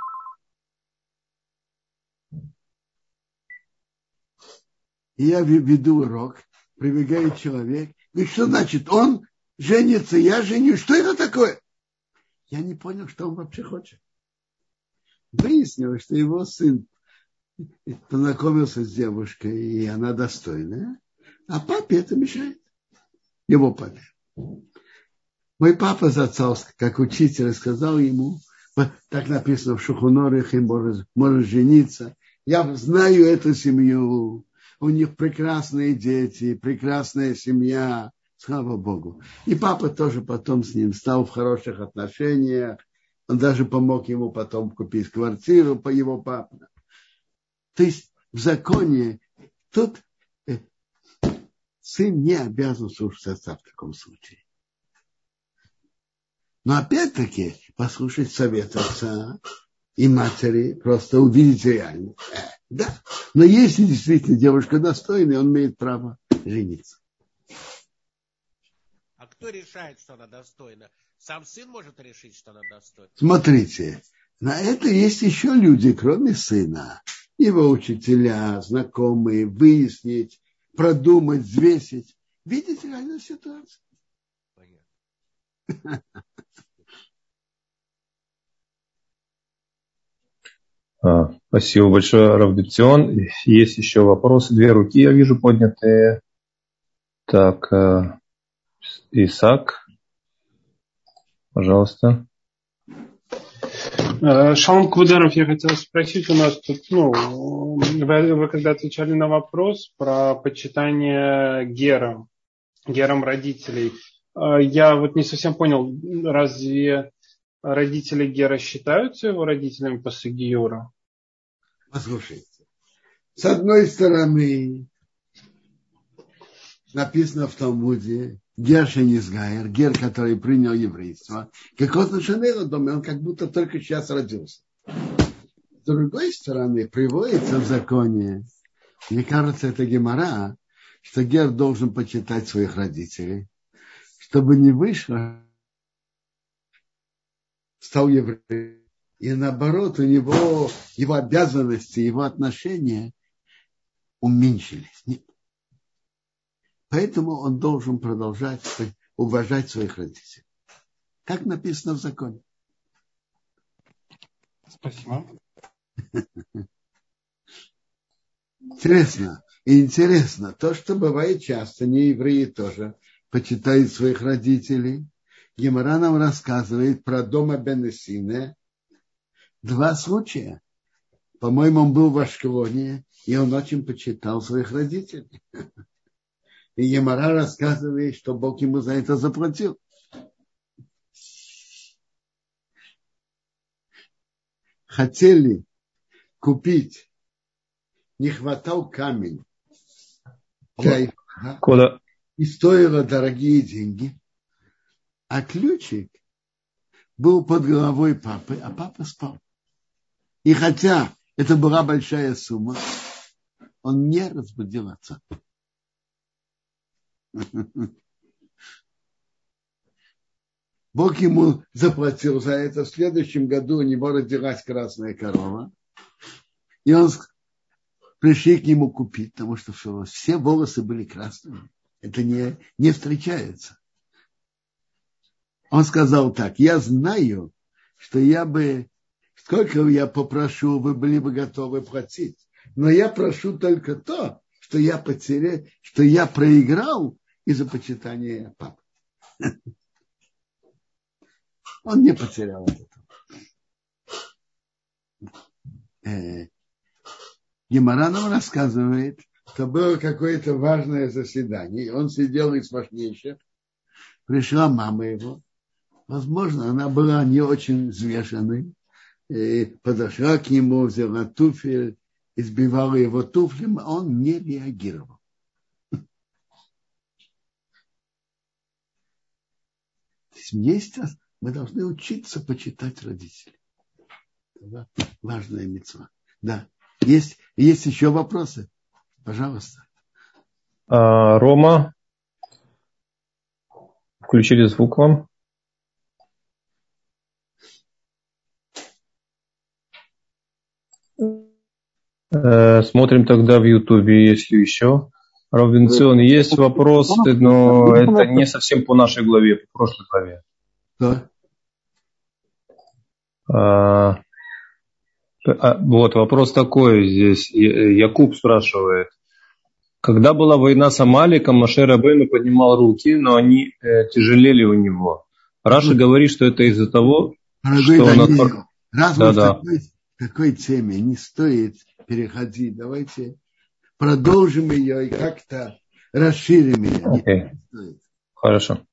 И я веду урок, прибегает человек, говорит, что значит, он женится, я женюсь, что это такое? Я не понял, что он вообще хочет. Выяснилось, что его сын познакомился с девушкой, и она достойная, а папе это мешает. Его папе. Мой папа зацался, как учитель, сказал ему, так написано в Шулхан Арух, им может, может жениться. Я знаю эту семью, у них прекрасные дети, прекрасная семья, слава Богу. И папа тоже потом с ним стал в хороших отношениях. Он даже помог ему потом купить квартиру по его папе. То есть в законе тут э, сын не обязан слушать отца в таком случае. Но опять-таки послушать совет отца и матери, просто увидеть реально. Э, да. Но если действительно девушка достойная, он имеет право жениться. А кто решает, что она достойна? Сам сын может решить, что она достойна? Смотрите, на это есть еще люди, кроме сына. Его учителя, знакомые, выяснить, продумать, взвесить. Видеть реальную ситуацию. Понятно. Спасибо большое, Рав Бетцион. Есть еще вопросы. Две руки я вижу поднятые. Так, Исаак, пожалуйста. Шалом Квударов, я хотел спросить, у нас тут, ну, вы, вы когда отвечали на вопрос про почитание гером, гером родителей, я вот не совсем понял, разве родители гера считаются его родителями после гиюра? Послушайте, с одной стороны, написано в Талмуде, гер шенизгайр, гер, который принял еврейство, как он шанела дома, он как будто только сейчас родился. С другой стороны, приводится в законе, мне кажется, это гемара, что гер должен почитать своих родителей, чтобы не вышло, стал евреем. И наоборот, у него его обязанности, его отношения уменьшились. Нет. Поэтому он должен продолжать уважать своих родителей. Как написано в законе. Спасибо. Интересно. И интересно, то, что бывает часто, не евреи тоже почитают своих родителей. Гемара нам рассказывает про дома Бен-Эсине. Два случая. По-моему, он был в Ашкелоне, и он очень почитал своих родителей. И Гемара рассказывает, что Бог ему за это заплатил. Хотели купить, не хватал камень для Ифраха, и стоило дорогие деньги, а ключик был под головой папы, а папа спал. И хотя это была большая сумма, он не разбудил отца. Бог ему заплатил за это. В следующем году у него родилась красная корова. И он пришли к нему купить, потому что все волосы были красными. Это не, не встречается. Он сказал так: я знаю, что я бы, сколько я попрошу, вы были бы готовы платить. Но я прошу только то, что я потерял, что я проиграл из-за почитания папы. Он не потерял это. Гемара нам рассказывает, что было какое-то важное заседание. Он сидел из важнейших. Пришла мама его. Возможно, она была не очень взвешенной. И подошла к нему, взяла туфель, избивала его туфлем, а он не реагировал. То есть есть, мы должны учиться почитать родителей. Это важная мицва. Да. Есть, есть еще вопросы? Пожалуйста. А, Рома, включили звук вам. Э, смотрим тогда в Ютубе, если еще. Робинсон, есть вопрос, но это не совсем по нашей главе, по прошлой главе. Да. А, а, вот вопрос такой здесь. Якуб спрашивает. Когда была война с Амаликом, Моше Рабейну поднимал руки, но они э, тяжелели у него. Раши говорит, что это из-за того, Дорогой что он... Даниил, От... раз да, мы да. в такой, такой теме не стоит переходить, давайте продолжим ее и как-то расширим ее. Okay. Не стоит. Хорошо.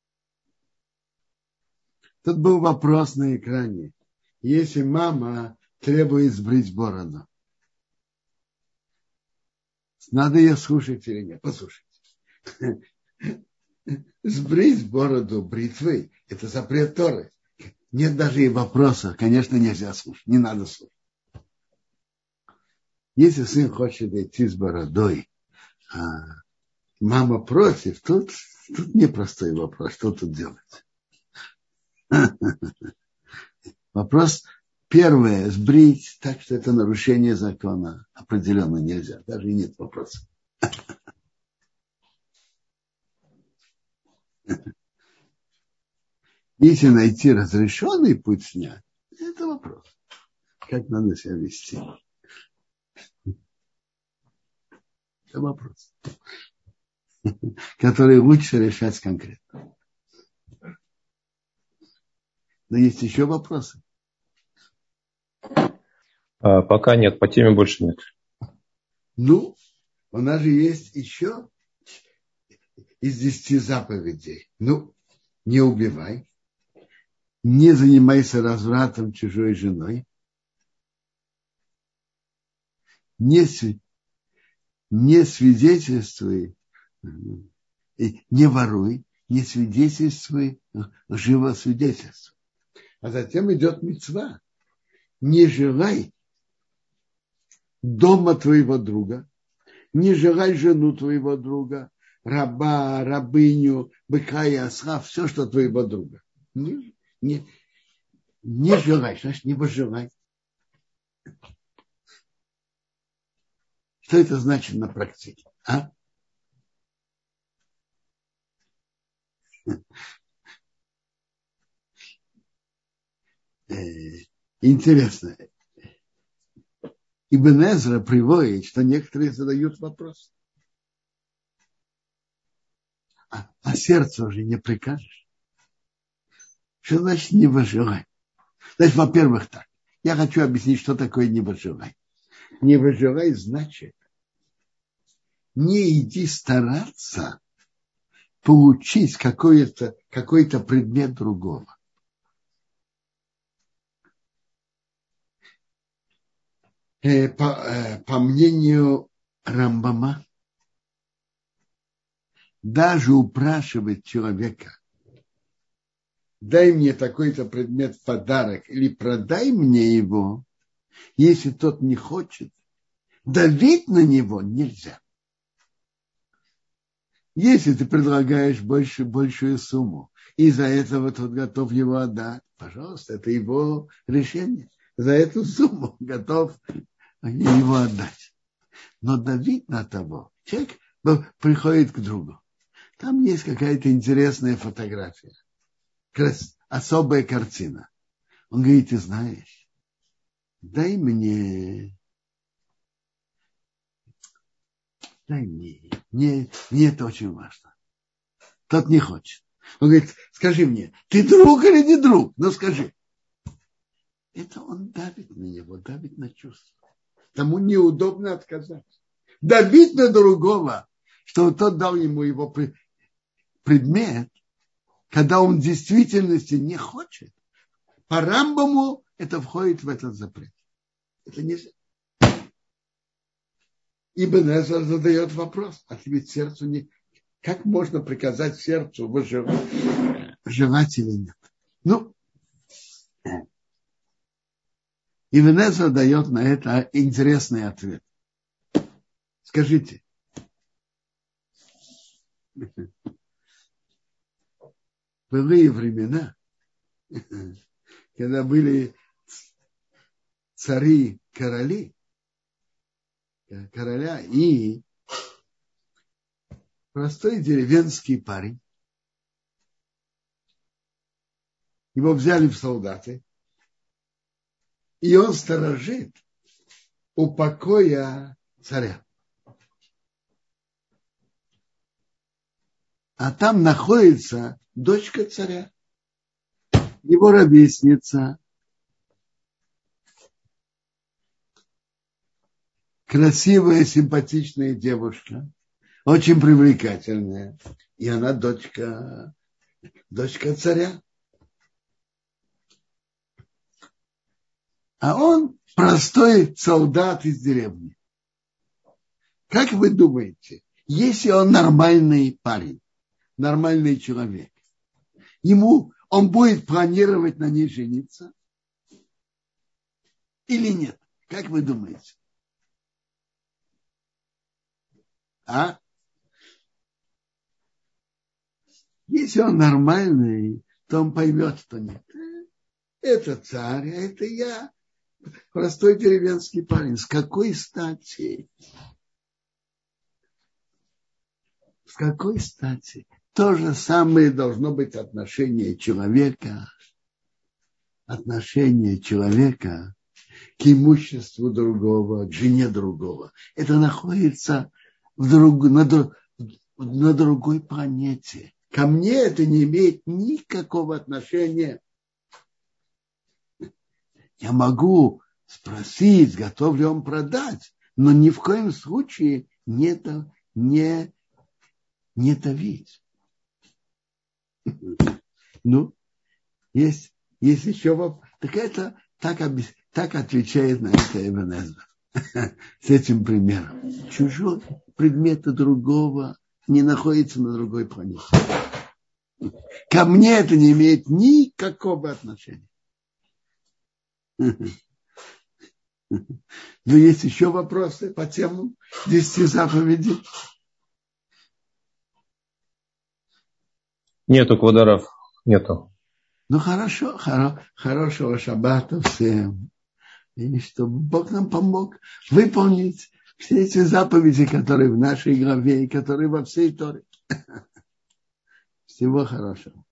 Тут был вопрос на экране. Если мама требует сбрить бороду, надо ее слушать или нет? Послушайте. Сбрить бороду бритвой – это запрет Торы. Нет даже и вопроса. Конечно, нельзя слушать. Не надо слушать. Если сын хочет идти с бородой, а мама против, тут, тут непростой вопрос. Что тут делать? Вопрос первое. Сбрить так, что это нарушение закона. Определенно нельзя. Даже и нет вопроса. Если найти разрешенный путь снять, это вопрос. Как надо себя вести? Это вопрос, который лучше решать конкретно. Но есть еще вопросы? А, пока нет, по теме больше нет. Ну, у нас же есть еще из десяти заповедей. Ну, не убивай. Не занимайся развратом чужой женой. Не, не свидетельствуй, не воруй, не свидетельствуй лживосвидетельствуй. А затем идет мицва. Не желай дома твоего друга, не желай жену твоего друга, раба, рабыню, быка и осла, все, что твоего друга. Не, не, не желай, значит, не пожелай. Что это значит на практике? А? Интересно. Ибн Эзра приводит, что некоторые задают вопрос. А, а сердцу уже не прикажешь? Что значит не выжелай? Значит, во-первых, так. Я хочу объяснить, что такое не выжелай. Не выжелай значит, не иди стараться получить какой-то, какой-то предмет другого. Э, по, э, по мнению Рамбама, даже упрашивать человека, дай мне такой-то предмет в подарок или продай мне его, если тот не хочет, давить на него нельзя. Если ты предлагаешь больше, большую сумму, и за этого тот готов его отдать, пожалуйста, это его решение. За эту сумму готов его отдать. Но давить на того, человек приходит к другу. Там есть какая-то интересная фотография, особая картина. Он говорит, ты знаешь, дай мне, дай мне, мне, мне это очень важно. Тот не хочет. Он говорит, скажи мне, ты друг или не друг? Ну скажи. Это он давит на него, давит на чувства. Тому неудобно отказать. Давить на другого, что тот дал ему его предмет, когда он в действительности не хочет. По Рамбаму это входит в этот запрет. Это нельзя. Ибн Эзра задает вопрос, а ведь сердцу не... Как можно приказать сердцу выживать, выживать или нет? Ну, Ибн Эзра дает на это интересный ответ. Скажите, в былые времена, когда были цари, короли, короля и простой деревенский парень, его взяли в солдаты, и он сторожит у покоя царя. А там находится дочка царя, его ровесница, красивая, симпатичная девушка, очень привлекательная. И она дочка, дочка царя. А он простой солдат из деревни. Как вы думаете, если он нормальный парень, нормальный человек, ему он будет планировать на ней жениться или нет? Как вы думаете? А? Если он нормальный, то он поймет, что нет. Это царь, а это я. Простой деревенский парень. С какой стати? С какой стати? То же самое должно быть отношение человека, отношение человека к имуществу другого, к жене другого. Это находится в друг, на, на другой планете. Ко мне это не имеет никакого отношения. Я могу спросить, готов ли он продать, но ни в коем случае не, не, не давить. Ну, есть, есть еще вопрос. Так это так, так отвечает на это Ибн Эзра. С этим примером. Чужой предмет другого не находится на другой планете. Ко мне это не имеет никакого отношения. Но есть еще вопросы по тему десяти заповедей? Нету, Квадарав, нету. Ну хорошо, хоро, хорошего шаббата всем. И чтобы Бог нам помог выполнить все эти заповеди, которые в нашей главе и которые во всей Торе. Всего хорошего.